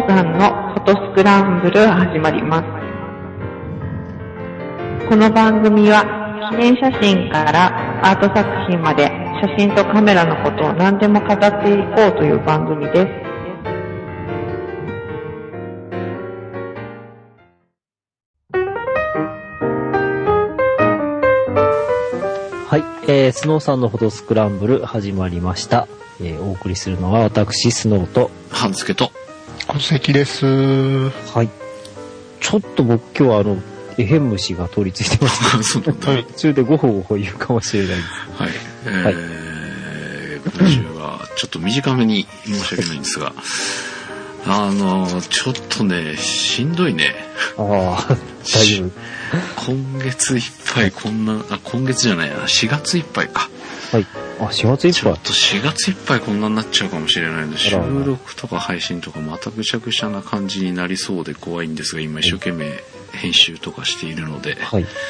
さんのフォトスクランブル始まります。この番組は記念写真からアート作品まで写真とカメラのことを何でも語っていこうという番組です。 はい、スノーさんのフォトスクランブル始まりました。お送りするのは私スノーと半助と小関です。 はい。ちょっと僕今日はエヘン虫が通りついてます、ね。途中でゴホゴホ言うかもしれないです。 はい。今週はちょっと短めに申し訳ないんですが、ちょっとねしんどいね。 ああ、大丈夫。 今月いっぱいこんな、今月じゃないな、4月いっぱいか。 はい。あ、4月いっぱい。 ちょっと4月いっぱいこんなになっちゃうかもしれないので、収録とか配信とかまたぐちゃぐちゃな感じになりそうで怖いんですが、今一生懸命編集とかしているので、 はい。 ちょっ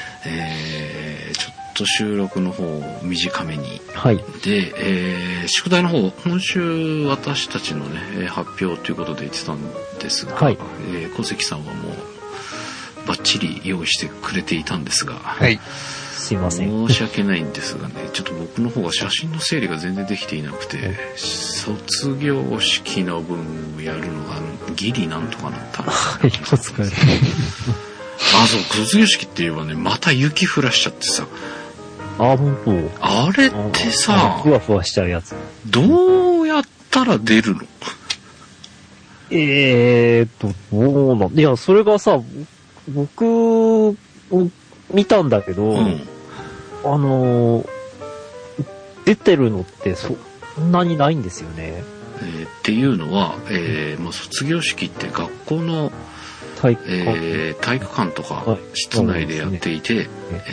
と収録の方を短めに。 はい。 で、宿題の方、今週私たちのね、発表ということで言ってたんですが、 はい。 小関さんはもう、バッチリ用意してくれていたんですが、 はい。 すいません。 申し訳ないんですがね、ちょっと僕の方が写真の整理が全然できていなくて、卒業式の分をやるのがギリなんとかなったの。 はい、お疲れ。 そう、卒業式って言えばね、また雪降らしちゃってさ。 あ、本当。 あれってさ、 ふわふわしちゃうやつ。 どうやったら出るの？ どうなんいや、それがさ、僕、見たんだけど、出てるのってそんなにないんですよね。 っていうのは、卒業式って学校の体育館とか室内でやっていて、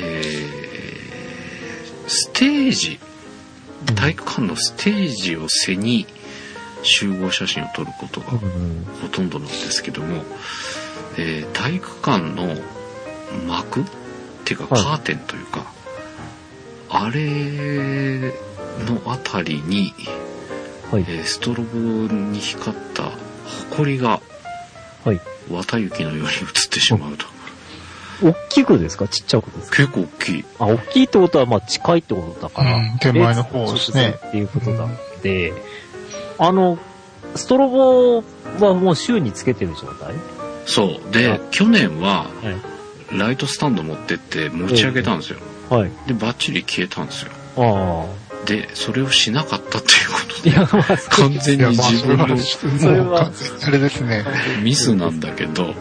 ステージ、体育館のステージを背に集合写真を撮ることがほとんどなんですけども、体育館の幕っていうかカーテンというか、あれのあたりに、ストロボに光った埃が綿雪のように映ってしまうと。 大きくですか？ちっちゃくですか？ 結構大きい。 あ、大きいってことはまあ近いってことだから。 手前の方ですね。 っていうことなんで、ストロボはもう週につけてる状態？ そう。で、去年は、ライトスタンド持ってって持ち上げたんですよ。で、バッチリ消えたんですよ。で、それをしなかったっていうことで、完全に自分の、 それは、あれですね。 ミスなんだけど、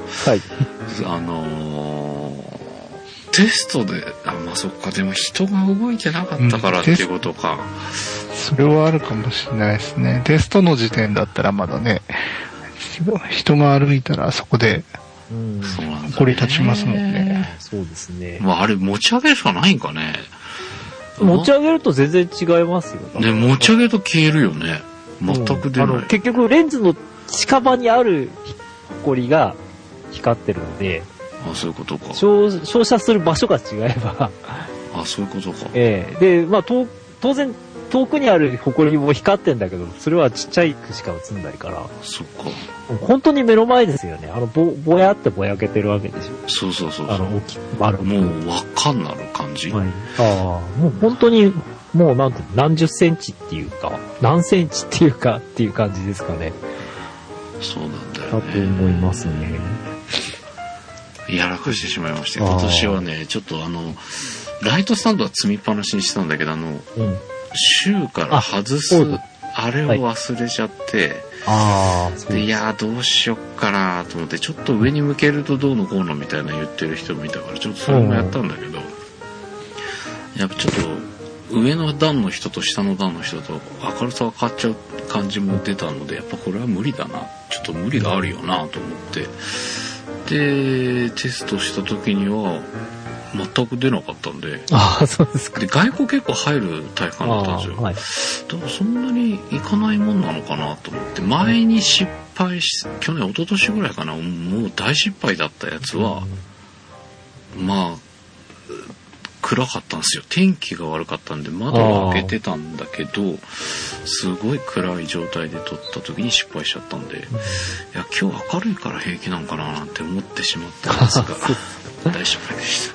テストで、そっか、でも人が動いてなかったからっていうことか。 それはあるかもしれないですね。テストの時点だったらまだね、人が歩いたらそこで、誇り立ちますもんね。 そうですね。 あれ持ち上げるしかないんかね。 持ち上げると全然違いますよね。持ち上げると消えるよね。全く出ない。 結局レンズの近場にある埃が光ってるので、 そういうことか。 照射する場所が違えば。 そういうことか。 で、当然遠くにある埃も光ってんだけど、それはちっちゃいくしか映んないから。 そっか。 本当に目の前ですよね。ぼやってぼやけてるわけでしょ。 そう。 大きく丸く。 もう輪っかになる感じ。 もう本当に、もう何十センチっていうか、何センチっていうかっていう感じですかね。 そうなんだよね。 だと思いますね。 やらかしてしまいまして、今年はね、ちょっとライトスタンドは積みっぱなしにしてたんだけど、週から外す、あれを忘れちゃって、で、いやどうしよっかなと思って、ちょっと上に向けるとどうのこうのみたいな言ってる人もいたから、ちょっとそれもやったんだけど、やっぱちょっと上の段の人と下の段の人と明るさが変わっちゃう感じも出たので、やっぱこれは無理だな、ちょっと無理があるよなと思って、で、テストした時には全く出なかったんで、 そうですか。 で、外光結構入る体育館だったんですよ。だからそんなに行かないもんなのかなと思って、前に失敗し、去年、一昨年ぐらいかな、もう大失敗だったやつは、 暗かったんですよ。天気が悪かったんで窓を開けてたんだけど、すごい暗い状態で撮った時に失敗しちゃったんで、いや今日明るいから平気なんかななんて思ってしまったんですが大失敗でした。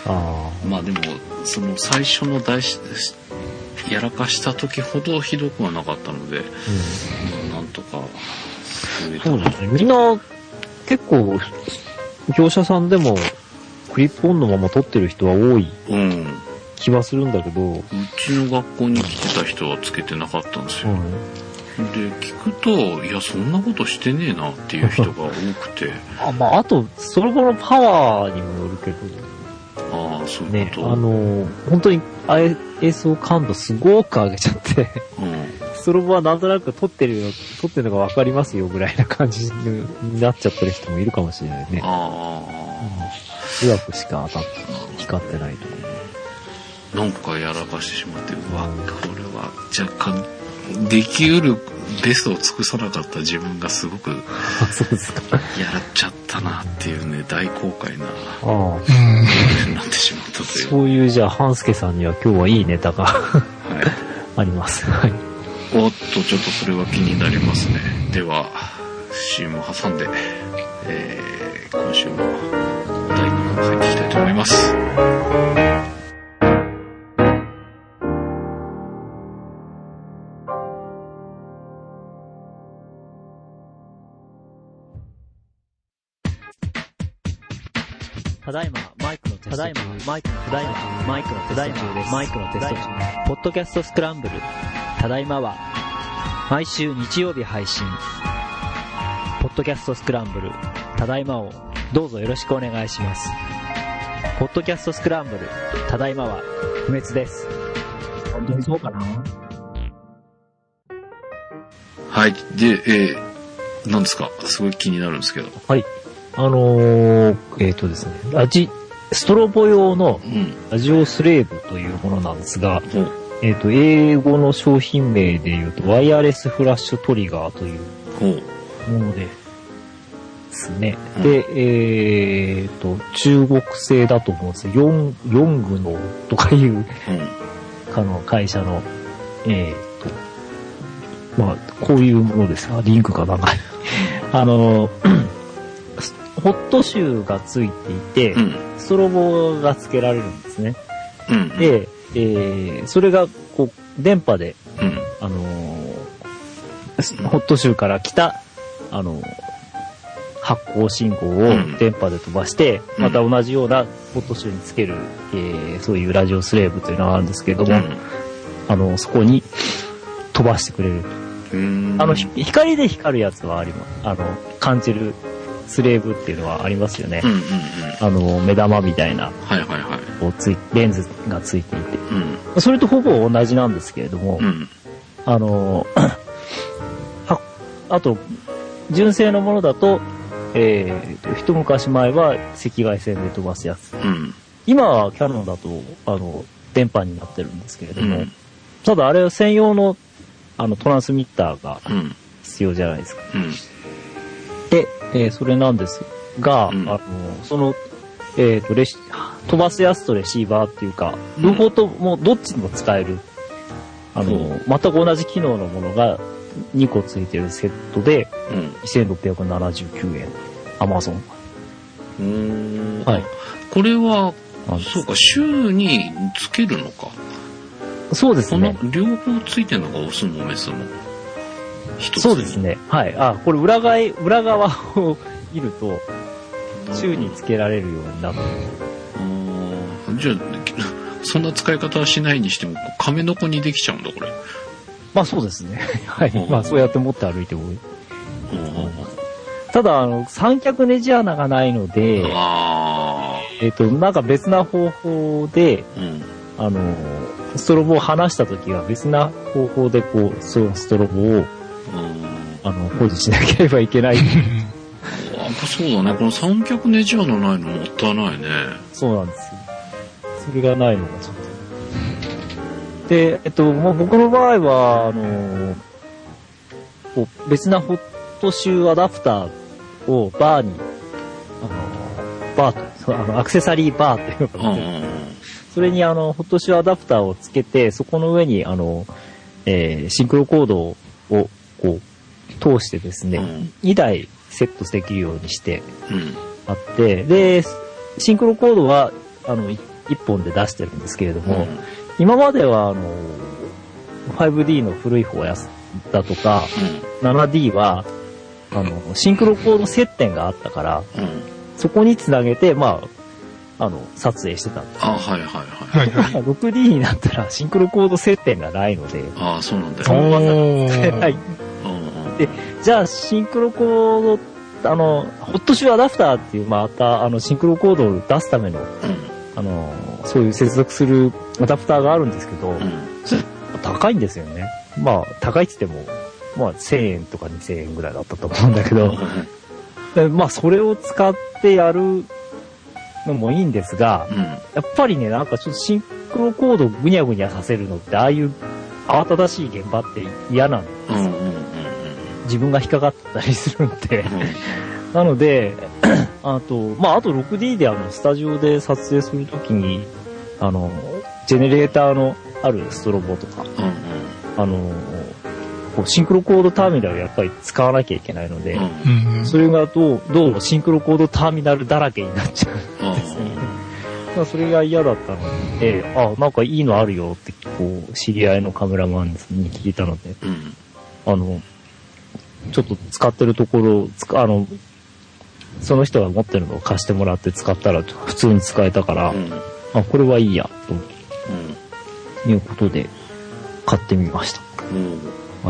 まあでもその最初のやらかした時ほどひどくはなかったので、なんとかそうですね。みんな結構業者さんでもクリップオンのまま撮ってる人は多い気はするんだけど、 うちの学校に来てた人はつけてなかったんですよ。で聞くといやそんなことしてねえなっていう人が多くてあとその後のパワーにもよるけど、 そういうこと、 ね、本当に ISO 感度すごく上げちゃって、ストロボはなんとなく撮ってるのが分かりますよぐらいな感じになっちゃってる人もいるかもしれないね。弱くしか光ってないとか。 なんかやらかしてしまって、これは若干できうるベストを尽くさなかった自分がすごくそうですか。 やらっちゃったなっていうね、大後悔ななってしまったという。 そういうじゃあ半助さんには今日はいいネタがあります。はい。 おっとちょっとそれは気になりますね。では CM を挟んで、今週の第7話入っていきたいと思います。 ただいまマイクのテスト中。ポッドキャストスクランブル。ただいまは毎週日曜日配信。ポッドキャストスクランブル。ただいまをどうぞよろしくお願いします。ポッドキャストスクランブル。ただいまは不滅です。本当にそうかな？ はい。で、何ですか？すごい気になるんですけど。 はい。ですね、ストロボ用のラジオスレーブというものなんですが、英語の商品名で言うと、ワイヤレスフラッシュトリガーというものですね。で、中国製だと思うんですよ。ヨングのとかいう会社の、まあ、こういうものですが、リンクが長い。ホットシューがついていて、ストロボがつけられるんですね。で、それがこう電波で、ホットシューから来た発光信号を電波で飛ばして、また同じようなホットシューにつける、そういうラジオスレーブというのがあるんですけれども、そこに飛ばしてくれる。光で光るやつはあります。感じるスレーブっていうのはありますよね。目玉みたいな、レンズがついていて、それとほぼ同じなんですけれども、あと純正のものだと、一昔前は赤外線で飛ばすやつ、今はキャノンだと電波になってるんですけれども、ただあれは専用のトランスミッターが必要じゃないですか。で、それなんですが、その、飛ばすやつとレシーバーっていうか、両方ともどっちにも使える、全く同じ機能のものが2個ついてるセットで、2679円。アマゾン。はい。 これは、そうか、週につけるのか。 そうですね。 この両方ついてるのがオスもメスも。 そうですね。はい。これ裏側を見ると、週につけられるようになってる。 じゃあ、そんな使い方はしないにしても、亀の子にできちゃうんだ、これ。 まあそうですね。はい。まあそうやって持って歩いてもいい。ただ、三脚ネジ穴がないので、なんか別な方法で、ストロボを離したときは別な方法でそのストロボを、保持しなければいけない。 そうだね。この三脚ネジ穴ないのもったいないね。 そうなんですよ。それがないのがちょっと。で、もう僕の場合は、別なホットシューアダプターをバーに、アクセサリーバーっていうのかな。 それにホットシュアダプターをつけて、そこの上にシンクロコードをこう通してですね、2台セットできるようにしてあって、で、シンクロコードは1本で出してるんですけれども、今までは5D の古い方やだとか、7D はシンクロコード接点があったから、そこにつなげて、撮影してたんです。 はいはいはい。 6D になったらシンクロコード接点がないので、 そうなんだよ。 そのまま使えない。で、じゃあシンクロコード、ホットシュアダプターっていう、またシンクロコードを出すための、そういう接続するアダプターがあるんですけど、高いんですよね。高いって言っても、1000円とか2000円ぐらいだったと思うんだけど、それを使ってやるのもいいんですが、やっぱりね、なんかちょっとシンクロコードをぐにゃぐにゃさせるのって、ああいう慌ただしい現場って嫌なんですよ。自分が引っかかったりするんで。なので、あと 6D でスタジオで撮影するときに、ジェネレーターのあるストロボとか、シンクロコードターミナルやっぱり使わなきゃいけないので、それがどうもシンクロコードターミナルだらけになっちゃうんですね。それが嫌だったので、なんかいいのあるよって、知り合いのカメラマンに聞いたので、ちょっと使ってるところ、その人が持ってるのを貸してもらって使ったら普通に使えたから、これはいいや、ということで買ってみました。はい。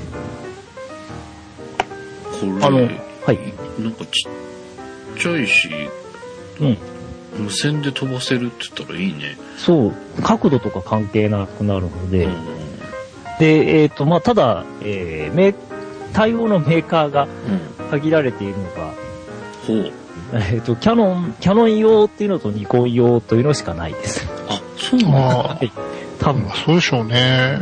これ、 はい。 なんかちっちゃいし、無線で飛ばせるって言ったらいいね。 そう、角度とか関係なくなるので、で、ただ、対応のメーカーが限られているのが、キャノン用っていうのとニコン用というのしかないです。 そうなんだ。 多分そうでしょうね。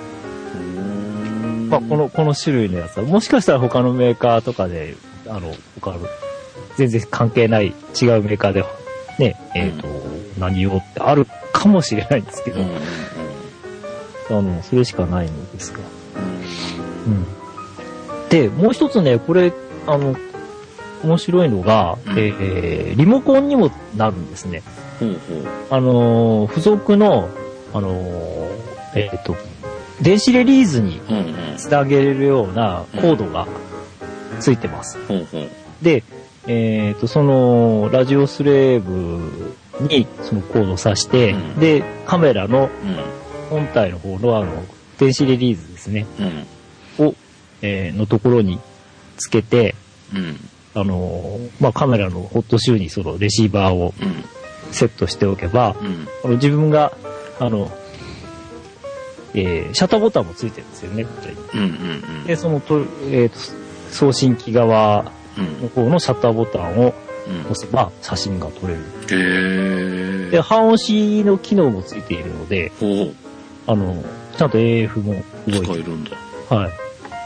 この種類のやつは、もしかしたら他のメーカーとかで、他の、全然関係ない違うメーカーで、ね、何用ってあるかもしれないんですけど、それしかないのですが。で、もう一つね、これ、面白いのが、リモコンにもなるんですね。付属の、電子レリーズにつなげれるようなコードがついてます。で、そのラジオスレーブにそのコードを挿して、で、カメラの本体の方の電子レリーズですね、を、のところにつけて、カメラのホットシューにそのレシーバーをセットしておけば、自分が、シャッターボタンもついてるんですよね、これに。で、その送信機側の方のシャッターボタンを押せば写真が撮れる。で、半押しの機能もついているので、ちゃんと AF も動いてる。 使えるんだ。 はい。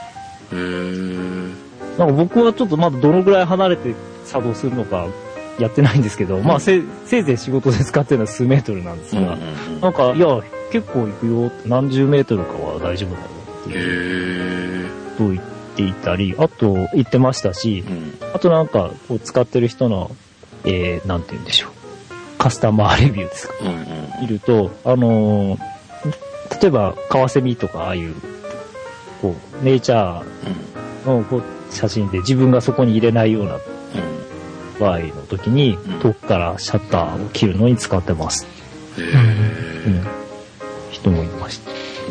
なんか僕はちょっとまだどのぐらい離れて作動するのかやってないんですけど、せいぜい仕事で使ってるのは数メートルなんですが、なんか、いや、結構行くよって、何十メートルかは大丈夫だよっていうと言っていたり、あと言ってましたし、あとなんかこう使ってる人の、なんて言うんでしょう、カスタマーレビューですか、見ると、例えばカワセミとかああいうこうネイチャーのこう写真で自分がそこに入れないような場合の時に、遠くからシャッターを切るのに使ってます。人もいました。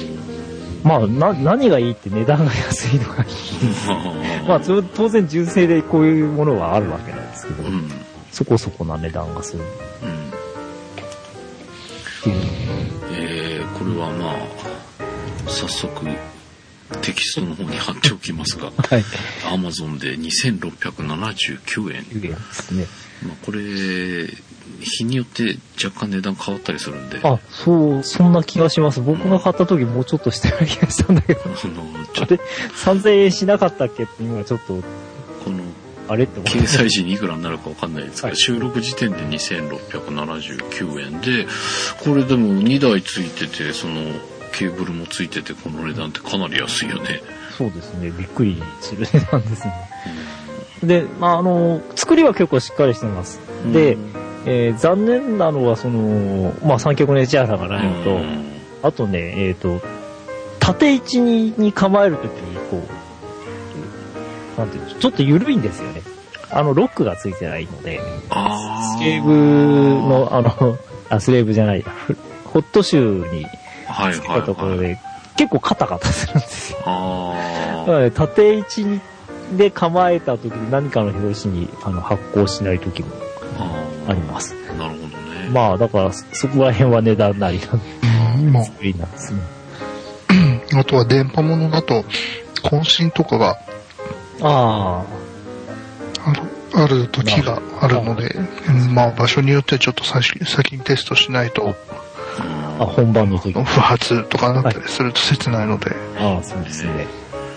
何がいいって値段が安いのがいい。当然純正でこういうものはあるわけなんですけど、そこそこな値段がする。 これは早速テキストの方に貼っておきますが、Amazon で2679円。 ですね。 これ日によって若干値段変わったりするんで。 そんな気がします。僕が買った時もうちょっとしたような気がしたんだけど。3000円しなかったっけって今ちょっと。 このあれって思って。 掲載時にいくらになるかわかんないですけど、収録時点で2679円で、これでも2台ついてて、そのケーブルもついてて、この値段ってかなり安いよね。 そうですね。びっくりする値段ですね。で、作りは結構しっかりしてます。で、残念なのは、三脚の HR がないのと、あとね、縦位置に構えるときに、なんていうの、ちょっと緩いんですよね。ロックがついてないので、スレーブの、スレーブじゃない、ホットシューにつけたところで、結構カタカタするんですよ。だからね、縦位置で構えたときに何かの拍子に発光しないときもあります。 なるほどね。 まあ、だから、そこら辺は値段なりの作りなんですね。 あとは電波物だと、渾身とかが、ある時があるので、まあ場所によってはちょっと先にテストしないと、 本番の時不発とかなったりすると切ないので。 そうですね。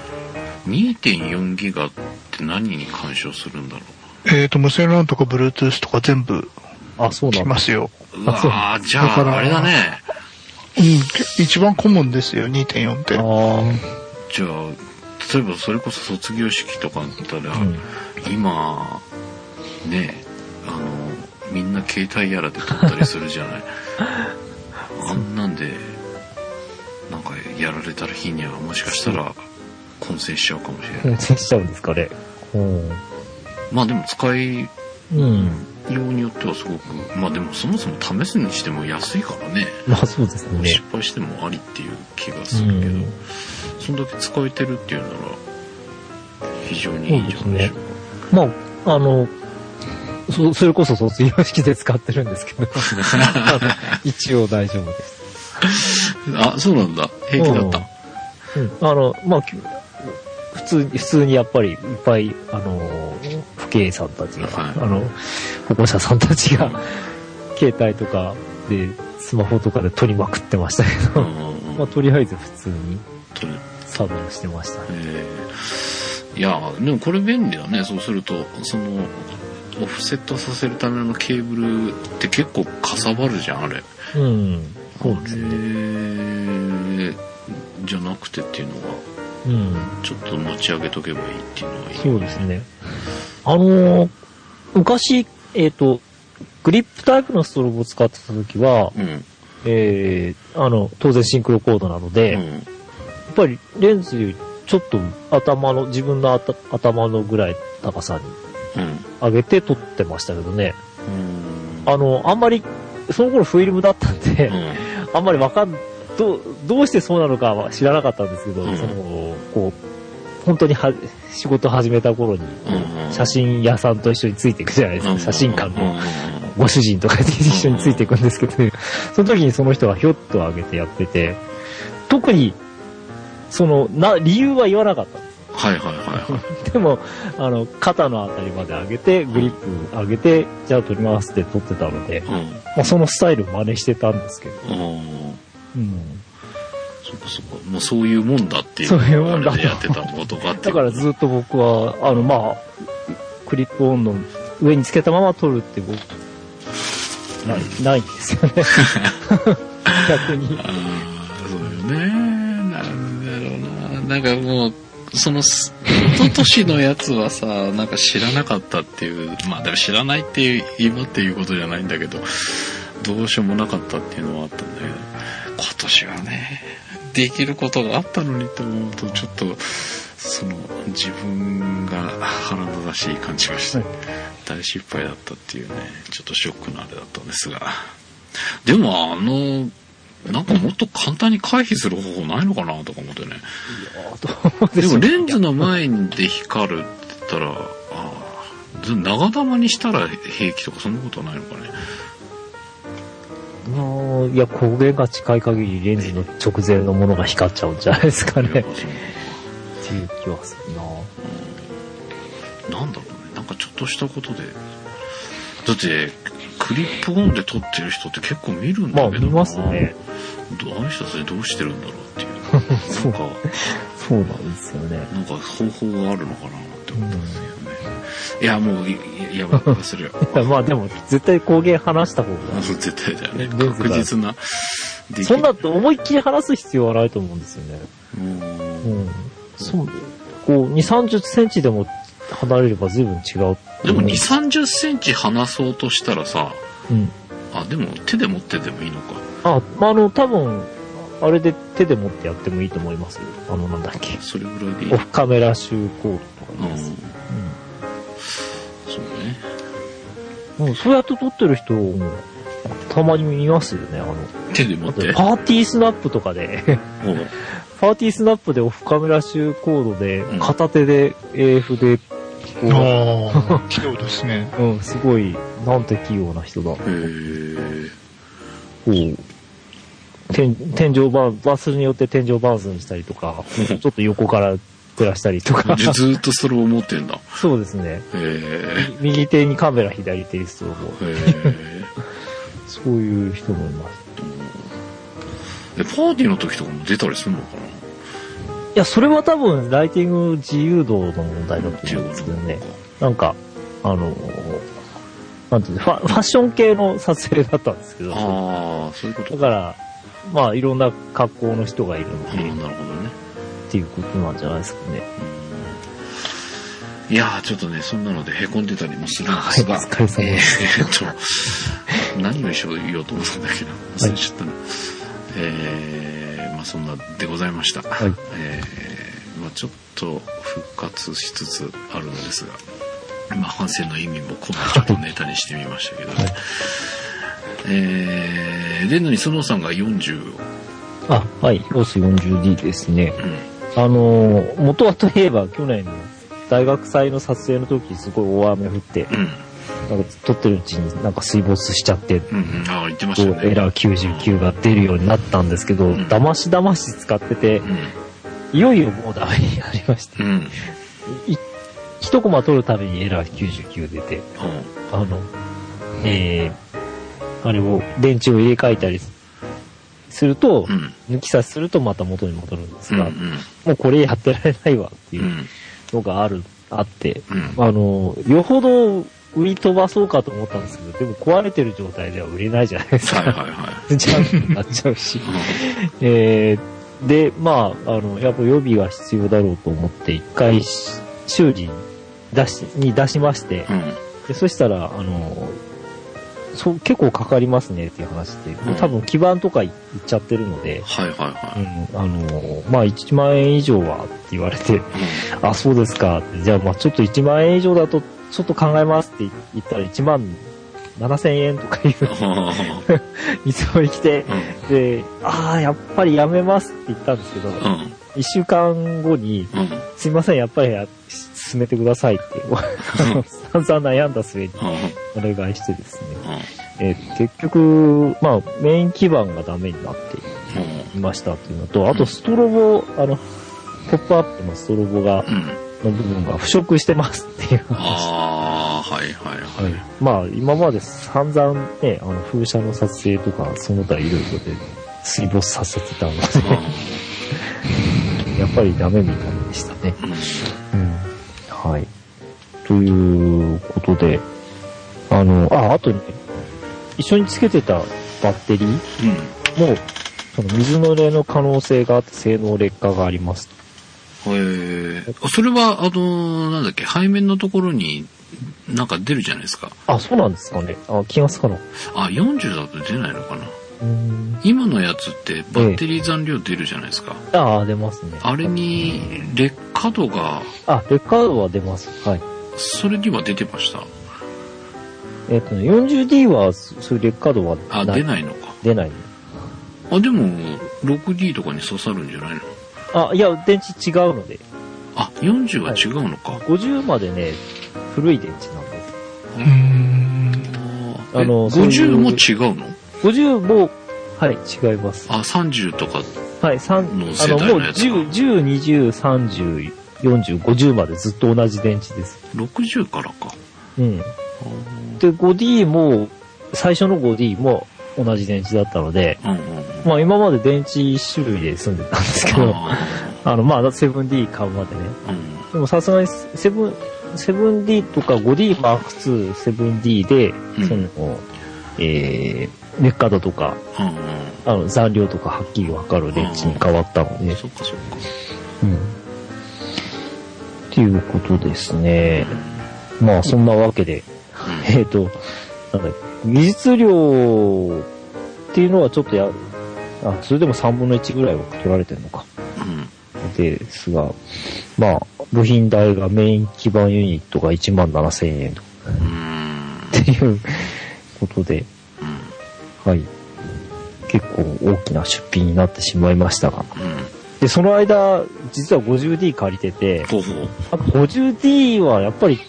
2.4 ギガって何に干渉するんだろう。無線 LAN とか Bluetooth とか全部来ますよ。 じゃああれだね。 一番コモンですよ、2.4 って。 じゃあ例えばそれこそ卒業式とかだったら、今ね、みんな携帯やらで撮ったりするじゃない。あんなんでなんかやられたら日にはもしかしたら混戦しちゃうかもしれない。 混戦しちゃうんですかね。 まあでも使いようによってはすごく、まあでもそもそも試すにしても安いからね。 まあそうですね。 失敗してもありっていう気がするけど、そんだけ使えてるっていうなら非常にいいんじゃないでしょうか。 まあそれこそ卒業式で使ってるんですけど一応大丈夫です。 そうなんだ。平気だった。 まあ普通にやっぱりいっぱい父兄さんたちが、保護者さんたちが携帯とかでスマホとかで撮りまくってましたけど、まあとりあえず普通に作動してましたね。 いやでもこれ便利だね。そうするとオフセットさせるためのケーブルって結構かさばるじゃんあれ。 そうですね。 じゃなくてっていうのが、ちょっと持ち上げとけばいいっていうのはいい。 そうですね。昔グリップタイプのストロボを使ってた時は、当然シンクロコードなので、やっぱりレンズよりちょっと自分の頭のぐらい高さに上げて撮ってましたけどね。あんまり、その頃フィルムだったんで、あんまりどうしてそうなのかは知らなかったんですけど、本当に仕事始めた頃に、写真屋さんと一緒についていくじゃないですか。写真館のご主人とか一緒についていくんですけど、その時にその人がひょっと上げてやってて、特に、理由は言わなかったんです。でも、肩のあたりまで上げて、グリップ上げて、じゃあ撮りますって撮ってたので、そのスタイルを真似してたんですけど。 そこもうそういうもんだっていうのでやってたことがあって。 だからずっと僕は、クリップオンの上につけたまま撮るってないんですよね。逆に。 そうよね。なんだろうな。なんかもう、一昨年のやつはさ、なんか知らなかったっていう、まあでも知らないっていう、今っていうことじゃないんだけど、どうしようもなかったっていうのはあったんだけど、今年はね、できることがあったのにって思うと、ちょっと、自分が腹立たしい感じがして、大失敗だったっていうね、ちょっとショックなあれだったんですが。でもなんかもっと簡単に回避する方法ないのかなとか思ってね。でもレンズの前で光るって言ったら、長玉にしたら平気とかそんなことはないのかね。 いや、光源が近い限りレンズの直前のものが光っちゃうんじゃないですかね。っていう気はするな。 なんだろうね。なんかちょっとしたことで。だって、クリップオンで撮ってる人って結構見るんだけどな。 見ますね。 あの人たちどうしてるんだろうっていう。 そうなんですよね。 なんか方法があるのかなって思ったんですよね。 いや、もう、やばくするよ。 まあでも、絶対工芸話した方が。 絶対だよね。確実な。 そんな思いっきり話す必要はないと思うんですよね。そう。こう、2、30センチでも離れれば随分違う。 でも2、30センチ離そうとしたらさ、でも手で持ってでもいいのか。 多分、あれで手で持ってやってもいいと思いますよ。なんだっけ。 それぐらいでいい。 オフカメラシューコードとかです。 そうね。 そうやって撮ってる人も、たまに見ますよね、 手で持って。 パーティースナップとかで、パーティースナップでオフカメラシューコードで、片手で AF で、 器用ですね。 すごい、なんて器用な人だ。天井バスによって天井バースにしたりとか、ちょっと横から照らしたりとか。 ずーっとストロボ持ってんだ。 そうですね。右手にカメラ、左手にストロボ。そういう人もいます。 パーティーの時とかも出たりするのかな？ いや、それは多分、ライティング自由度の問題だと思うんですけどね。なんか、なんていうの、ファッション系の撮影だったんですけど。 そういうことだから、まあ、いろんな格好の人がいるので。 なるほどね。 っていうことなんじゃないですかね。 いやー、ちょっとね、そんなので凹んでたりもするんですが。 お疲れ様です。 何を言おうと思ったんだけど、忘れちゃったね。そんなでございました。ちょっと復活しつつあるのですが、反省の意味も込めてちょっとネタにしてみましたけどね。レンヌにスノーさんが40を。 はい、ロス 40D ですね。元はといえば去年の大学祭の撮影の時すごい大雨降って、なんか撮ってるうちになんか水没しちゃって、 言ってましたね。 エラー99が出るようになったんですけど、だまし使ってて、いよいよもうダメになりまして、一コマ撮るたびにエラー99出て、あれを、電池を入れ替えたりすると、抜き差しするとまた元に戻るんですが、もうこれやってられないわっていうのがあって、よほど売り飛ばそうかと思ったんですけど、でも壊れてる状態では売れないじゃないですか。じゃあ、なっちゃうし。で、やっぱ予備は必要だろうと思って、一回修理に出しまして、でそしたら、結構かかりますねっていう話で、多分基板とかいっちゃってるので、1万円以上はって言われて、そうですかって、じゃあちょっと1万円以上だとちょっと考えますって言ったら1万7000円とかいう見積もり来て、で、やっぱりやめますって言ったんですけど、1週間後に、すいません、やっぱり進めてくださいって、散々悩んだ末にお願いしてですね、結局、メイン基板がダメになっていましたっていうのと、あとストロボ、ポップアップのストロボが、の部分が腐食してますっていう話。今まで散々ね、風車の撮影とか、その他いろいろで水没させてたので、やっぱりダメみたいでしたね。はい。ということで、あとね、一緒につけてたバッテリーも、その水の漏れの可能性があって性能劣化があります。 それは、なんだっけ、背面のところになんか出るじゃないですか。 そうなんですかね。気がつかない。 40だと出ないのかな。今のやつってバッテリー残量出るじゃないですか。 出ますね。 あれに劣化度が。 劣化度は出ます。はい。 それには出てました。 40D はそういう劣化度は出ないのか。 出ない。 でも 6D とかに刺さるんじゃないの？ いや、電池違うので。 40は違うのか。 50までね、古い電池なんです。 50も違うの ？50も、はい、違います。 30とか。 はい、 の世代のやつか。 もう10、20、30、40、50までずっと同じ電池です。 60からか。 で、5D も、最初の 5D も同じ電池だったので、今まで電池1種類で済んでたんですけど、7D 買うまでね。でもさすがに 7D とか 5D、Mark II、7D で、その、メッカドとか、残量とかはっきりわかるレンチに変わったので。 そっかそっか。 っていうことですね。まあ、そんなわけで、技術量っていうのはちょっとそれでも3分の1ぐらいは取られてるのか。ですが、まあ、部品代がメイン基板ユニットが17,000円と。っていうことで、はい。結構大きな出費になってしまいましたが。で、その間、実は 50D 借りてて、50D はやっぱり、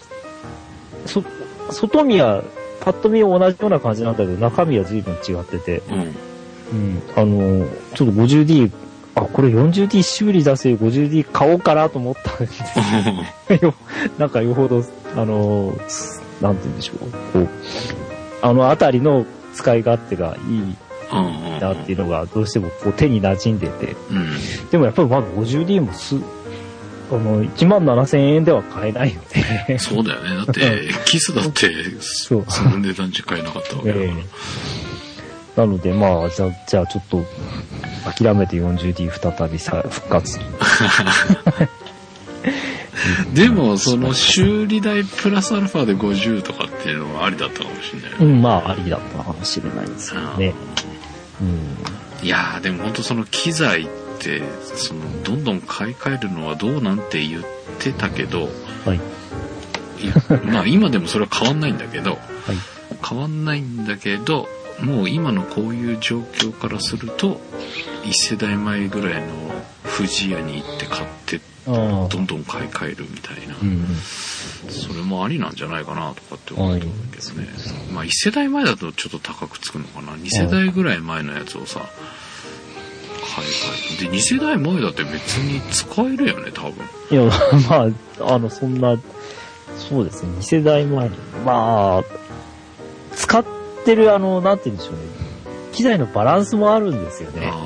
外見は、パッと見は同じような感じなんだけど、中身は随分違ってて、ちょっと 50D、これ 40D 修理出せよ、50D 買おうかなと思ったんですよ。なんかよほど、なんて言うんでしょう、こう、あたりの使い勝手がいいなっていうのがどうしてもこう手に馴染んでて、でもやっぱりまだ 50D も17,000円では買えないよね。 そうだよね。だってキスだってその値段じゃ買えなかったわけだから。 なのでまあじゃあちょっと諦めて 40D 再び復活。 でもその修理代プラスアルファで50とかっていうのはありだったかもしれない。 まあありだったかもしれないですよね。 いやーでも本当その機材ってどんどん買い替えるのはどうなんて言ってたけど、まあ今でもそれは変わんないんだけど、もう今のこういう状況からすると1世代前ぐらいの富士屋に行って買ってどんどん買い替えるみたいな、それもありなんじゃないかなとかって思うんだけどね。まあ1世代前だとちょっと高くつくのかな。2世代ぐらい前のやつをさ買い替える。で2世代前だって別に使えるよね多分。 いやまあそんなそうですね2世代前にまあ使ってるなんて言うんでしょうね、機材のバランスもあるんですよね。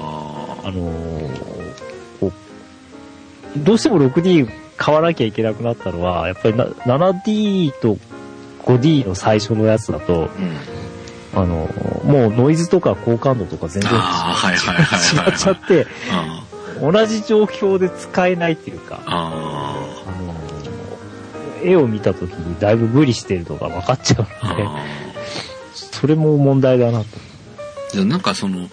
どうしても 6D 買わなきゃいけなくなったのは、やっぱり7D と 5D の最初のやつだと、もうノイズとか高感度とか全然違っちゃって、同じ状況で使えないっていうか、絵を見た時にだいぶ無理してるのが分かっちゃうので、それも問題だなと。 なんかその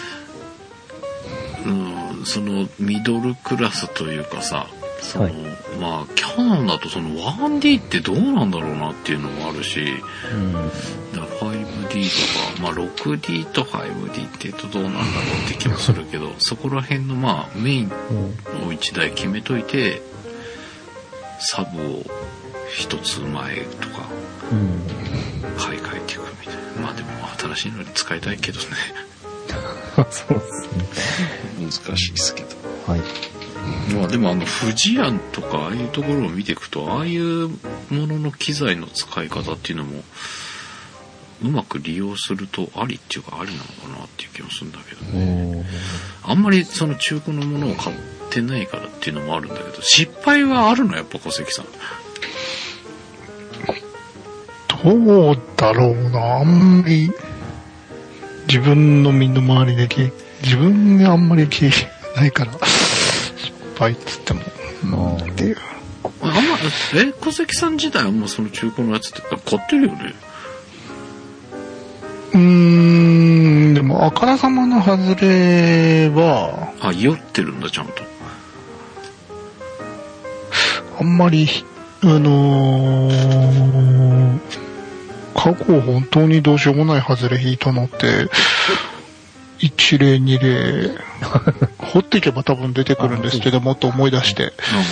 ミドルクラスというかさ、まあキャノンだとその 1D ってどうなんだろうなっていうのもあるし、5D とか、まあ 6D と 5D ってどうなんだろうって気もするけど、そこら辺のまあメインを1台決めといて、サブを1つ前とか買い替えていくみたいな。まあでも新しいのに使いたいけどね。 そうですね。 難しいですけど。まあでも富士屋とかああいうところを見ていくと、ああいうものの機材の使い方っていうのもうまく利用するとありっていうかありなのかなっていう気もするんだけどね。あんまりその中古のものを買ってないからっていうのもあるんだけど、失敗はあるのやっぱ小関さん。 どうだろうな、あんまり自分の身の回りで自分があんまり経験ないから失敗っつってもっていう。 小関さん自体はもうその中古のやつって買ってるよね。 でもあからさまな外れは酔ってるんだちゃんと。 あんまり過去本当にどうしようもない外れ引いたのって1例2例掘っていけば多分出てくるんですけど、もっと思い出して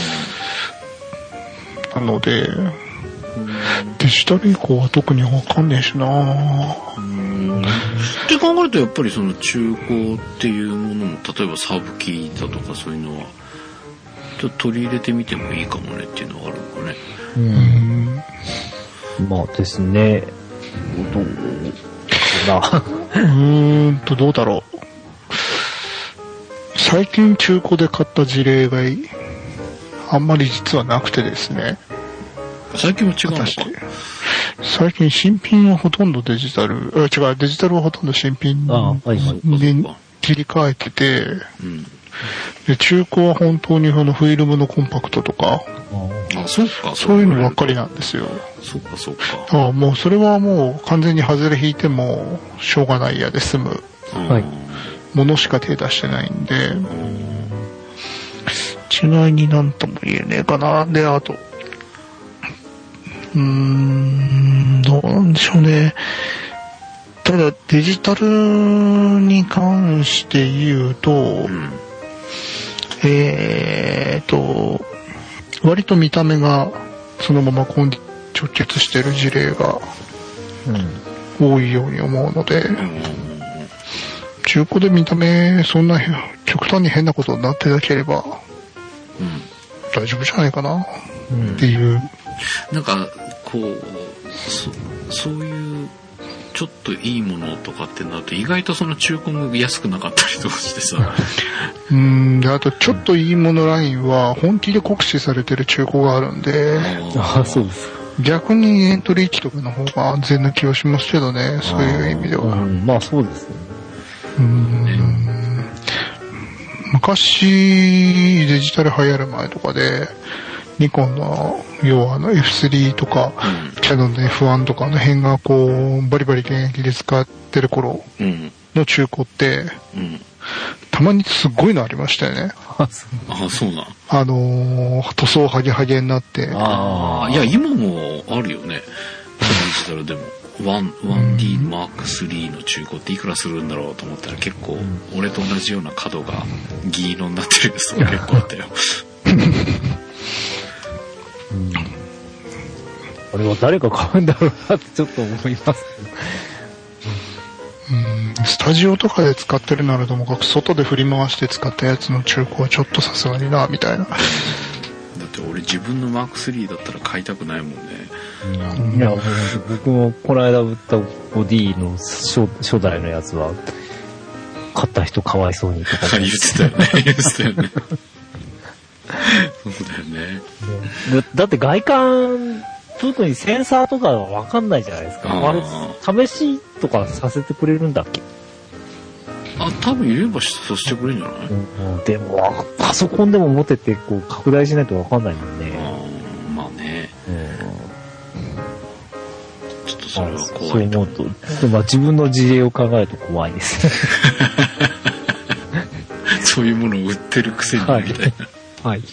なのでデジタル以降は特に分かんねえしなって考えると、やっぱりその中古っていうものも例えばサブキーだとかそういうのはちょっと取り入れてみてもいいかもねっていうのがあるのかね。 まあですね。 どうだろう。最近中古で買った事例があんまり実はなくてですね。 最近も違うのか。 最近新品はほとんどデジタル、デジタルはほとんど新品に切り替えてて、で中古は本当にフィルムのコンパクトとか、そういうのばっかりなんですよ。 そうか。 もうそれはもう完全に外れ引いてもしょうがないやで済むものしか手出してないんで、違いになんとも言えねえかな。で、あと、どうなんでしょうね。ただデジタルに関して言うと、割と見た目がそのまま直結してる事例が多いように思うので、中古で見た目そんな極端に変なことになってなければ大丈夫じゃないかなっていう。 なんかこうそういうちょっといいものとかってなると意外とその中古も安くなかったりとかしてさ。 であとちょっといいものラインは本気で酷使されてる中古があるんで、 そうです。 逆にエントリー機とかの方が安全な気はしますけどね、そういう意味では。 まあそうですね。 昔デジタル流行る前とかでニコンの要はF3 とか、キャノンの F1 とかの辺がこうバリバリ現役で使ってる頃の中古って、たまにすっごいのありましたよね。 そうな。 塗装ハゲハゲになって。 いや今もあるよね。デジタルでも 1D マーク3の中古っていくらするんだろうと思ったら結構俺と同じような角が銀色になってるやつも結構あったよ。 あれは誰が買うんだろうなってちょっと思います。 スタジオとかで使ってるならともかく外で振り回して使ったやつの中古はちょっとさすがになみたいな。だって俺自分のマーク3だったら買いたくないもんね。 いや僕もこの間売ったボディの初代のやつは買った人かわいそうにとか言ってたよね。言ってたよね。そうだよね。 だって外観特にセンサーとかは分かんないじゃないですか。あれ試しとかさせてくれるんだっけ？ 多分言えばさせてくれるんじゃない？ でもパソコンでも持っててこう拡大しないと分かんないもんね。 まあね。ちょっとそれは怖い。 そう思うと、自分の事例を考えると怖いです。 そういうものを売ってるくせにみたいな。 はい。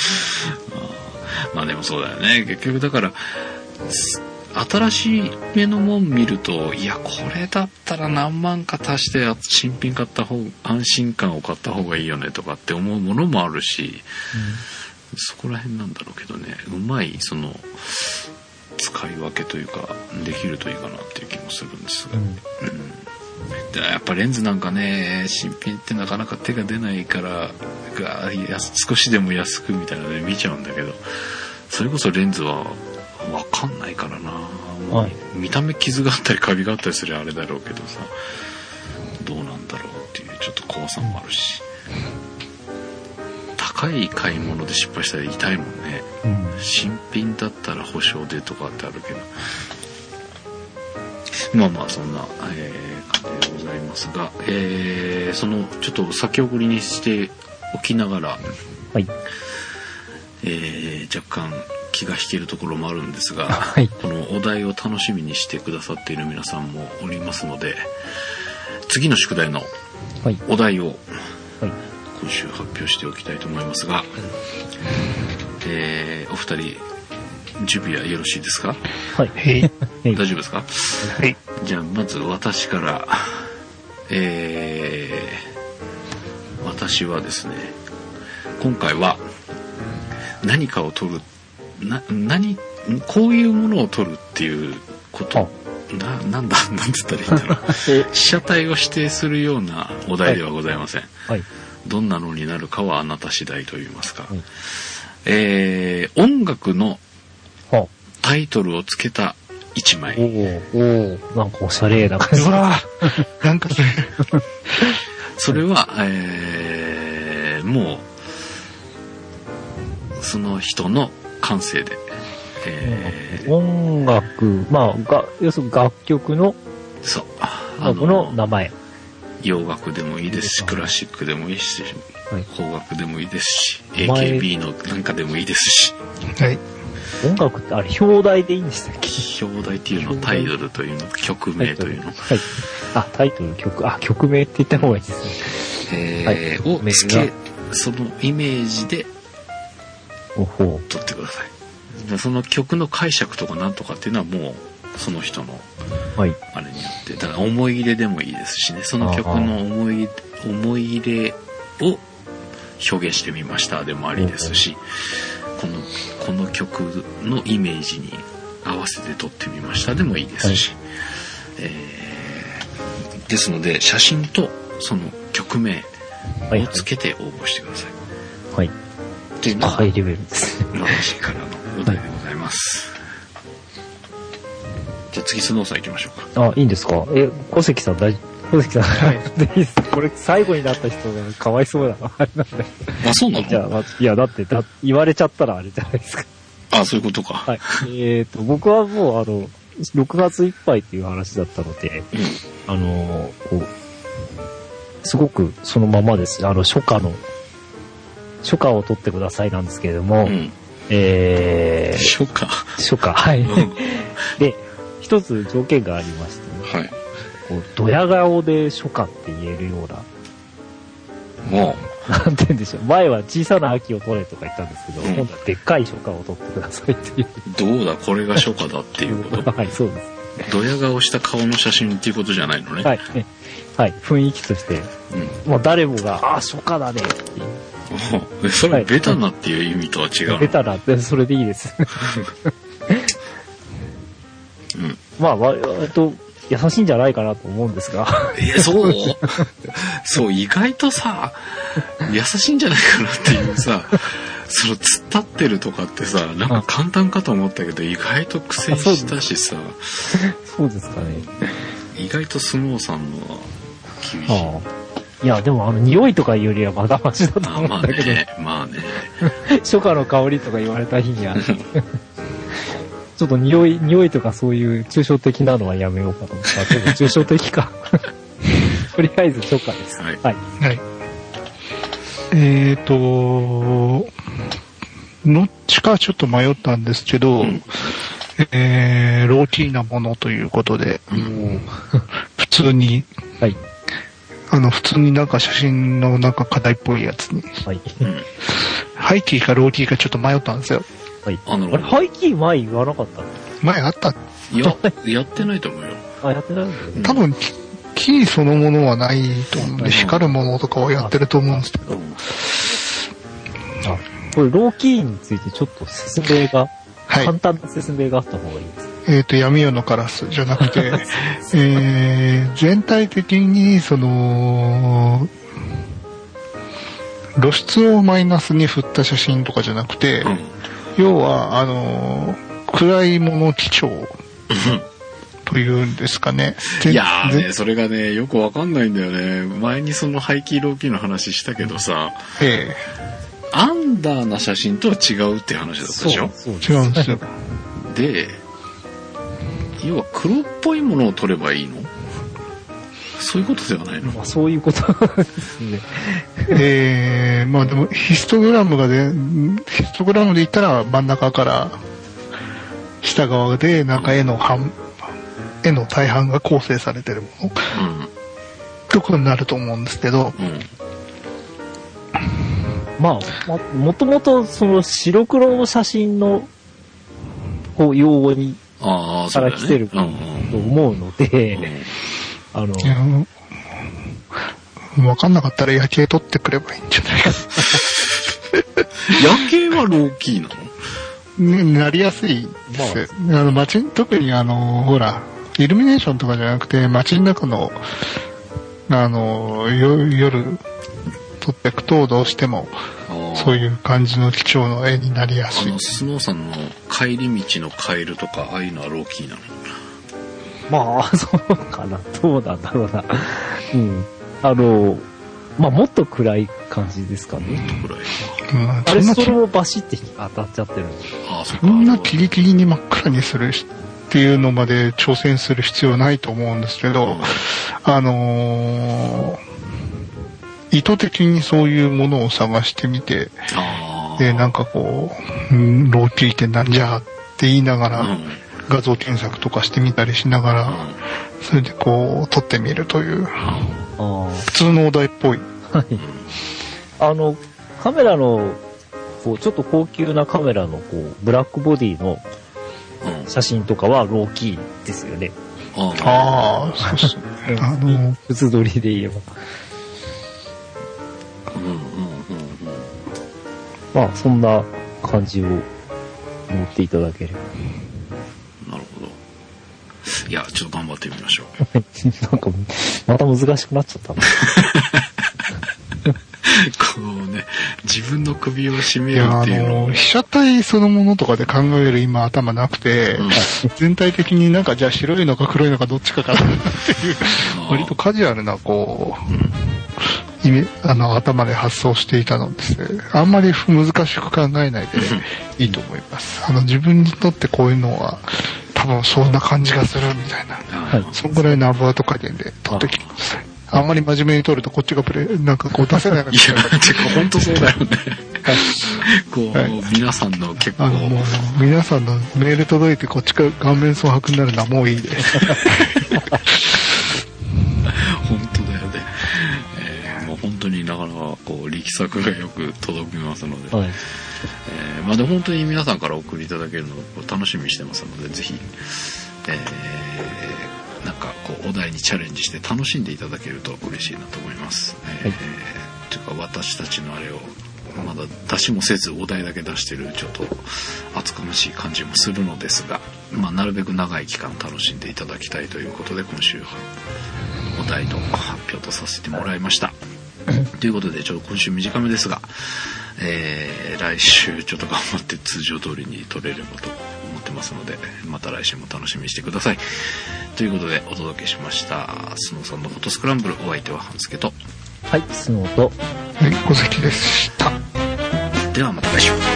まあでもそうだよね。結局だから新しい目のもん見ると、いやこれだったら何万か足して新品買った方安心感を買った方がいいよねとかって思うものもあるし、そこら辺なんだろうけどね。うまいその使い分けというかできるといいかなっていう気もするんですが。でやっぱレンズなんかね、新品ってなかなか手が出ないから少しでも安くみたいなので見ちゃうんだけど、それこそレンズは分かんないからな、見た目傷があったりカビがあったりするあれだろうけどさ、どうなんだろうっていうちょっと怖さもあるし、高い買い物で失敗したら痛いもんね、新品だったら保証でとかってあるけど、まあまあそんな、感じでございますが、そのちょっと先送りにしておきながら、若干気が引けるところもあるんですが、このお題を楽しみにしてくださっている皆さんもおりますので、次の宿題のお題を今週発表しておきたいと思いますが、お二人準備はよろしいですか？ 大丈夫ですか？じゃあまず私から、私はですね、今回は何かを取る、こういうものを取るっていうことなんて言ったらいいんだろう被写体を指定するようなお題ではございません、どんなのになるかはあなた次第と言いますか、音楽のタイトルをつけた1枚。 なんかおしゃれな感じ。 なんかそれは、もうその人の感性で音楽、要するに楽曲の、 そう。 の名前。 洋楽でもいいですし、クラシックでもいいし、邦楽でもいいですし、AKB のなんかでもいいですし。 はい。 音楽ってあれ、表題でいいんでしたっけ？ 表題っていうの、タイトルというの、曲名というの。はい。 タイトル、曲名って言った方がいいですね。 をつけ、そのイメージで、撮ってください。その曲の解釈とかなんとかっていうのはもう、その人の、あれによって、だから思い入れでもいいですしね、その曲の思い入れを表現してみましたでもありですし、この曲のイメージに合わせて撮ってみましたでもいいですし、ですので写真とその曲名をつけて応募してください。 はい。 っていうのがハイレベルですね。 私からのお題でございます。じゃあ次スノーさん行きましょうか。 いいんですか？小関さん小関さん、これ最後になった人がかわいそうだな。あれなんで。 そうなの？ じゃあ、いや、だって言われちゃったらあれじゃないですか。 そういうことか。 はい。僕はもう6月いっぱいっていう話だったので、すごくそのままです。初夏を取ってくださいなんですけれども、 初夏。 はい。で、一つ条件がありまして、 はい。 ドヤ顔で初夏って言えるような、なんて言うんでしょう。前は小さな秋を取れとか言ったんですけど、今度はでっかい初夏を取ってくださいっていう。 どうだ、これが初夏だっていうこと？ はい、そうです。 ドヤ顔した顔の写真っていうことじゃないのね。 はい。はい、雰囲気として、もう誰もが、初夏だねっていう。 それベタなっていう意味とは違うの？ ベタなって、それでいいです。割と優しいんじゃないかなと思うんですが。 そう、意外とさ、優しいんじゃないかなっていうさ、その突っ立ってるとかってさ、なんか簡単かと思ったけど、意外と苦戦したしさ。 そうですかね。 意外とスノーさんのは厳しい。 いや、でも匂いとかよりはまだマシだと思うんだけど。 まあね。 初夏の香りとか言われた日には。ちょっと匂いとかそういう抽象的なのはやめようかと思った。でも抽象的か。とりあえず初夏です。はい。はい。 どっちかちょっと迷ったんですけど、ローキーなものということで、普通に、 はい。 普通になんか写真のなんか課題っぽいやつに、はい。ハイキーかローキーかちょっと迷ったんですよ。 はい。あれ、ハイキー前言わなかったの？ 前あった？ やってないと思うよ。 やってないんだよね。 多分、キーそのものはないと思うんで、光るものとかはやってると思うんですけど。 これ、ローキーについてちょっと説明が、簡単な説明があった方がいいです。 闇夜のカラスじゃなくて、全体的に、露出をマイナスに振った写真とかじゃなくて、要は、暗いもの基調というんですかね。 いやーね、それがね、よくわかんないんだよね。前にそのハイキーローキーの話したけどさ、アンダーな写真とは違うって話だったでしょ？ 違うんですよ。 で、要は黒っぽいものを撮ればいいの？そういうことではないの？ そういうことですね。 でもヒストグラムで言ったら真ん中から下側でなんか絵の大半が構成されてるもの、とかになると思うんですけど、 もともとその白黒の写真の用語にから来てると思うので、 分かんなかったら夜景撮ってくればいいんじゃないか。 夜景はローキーなの？ なりやすいです。特にほら、イルミネーションとかじゃなくて、街の中の、夜撮っていくとどうしても、そういう感じの基調の絵になりやすい。 スノーさんの帰り道のカエルとか、ああいうのはローキーなの？ そうかな。どうなんだろうな。 まあもっと暗い感じですかね。 もっと暗い。 あれ、それもバシッて当たっちゃってるんで。 そんなキリキリに真っ暗にするっていうのまで挑戦する必要はないと思うんですけど、意図的にそういうものを探してみて、で、なんかこう、ローキーってなんじゃって言いながら、画像検索とかしてみたりしながら、それでこう、撮ってみるという、普通のお題っぽい。 はい。カメラの、こう、ちょっと高級なカメラの、こう、ブラックボディの写真とかはローキーですよね。 そうですね。 普通撮りで言えば。まあ、そんな感じを持っていただければ。 なるほど。いや、ちょっと頑張ってみましょう。 なんか、また難しくなっちゃったな。 こうね、自分の首を絞めるっていうのを。 被写体そのものとかで考える今頭なくて、全体的になんかじゃあ白いのか黒いのかどっちかかなっていう、割とカジュアルなこう、頭で発想していたのですね。あんまり難しく考えないでいいと思います。自分にとってこういうのは多分そんな感じがするみたいな、そんぐらいのアブアート加減で撮ってきてください。あんまり真面目に撮るとこっちがなんかこう出せないのいや、本当そうだよね。こう、皆さんの結構。 皆さんのメール届いてこっちが顔面蒼白になるのはもういいです。 本当だよね。もう本当になかなかこう力作がよく届きますので。まあでも本当に皆さんからお送りいただけるのを楽しみにしてますので、ぜひ、なんかこうお題にチャレンジして楽しんでいただけると嬉しいなと思います。というか私たちのあれをまだ出しもせずお題だけ出してるちょっと厚かましい感じもするのですが、まあなるべく長い期間楽しんでいただきたいということで今週はお題の発表とさせてもらいました。ということでちょっと今週短めですが、来週ちょっと頑張って通常通りに撮れればと思ってますので、また来週も楽しみにしてください。ということでお届けしましたスノーさんのフォトスクランブル、お相手は半助と、 はい、スノーと、 はい、小関でした。 ではまた来週。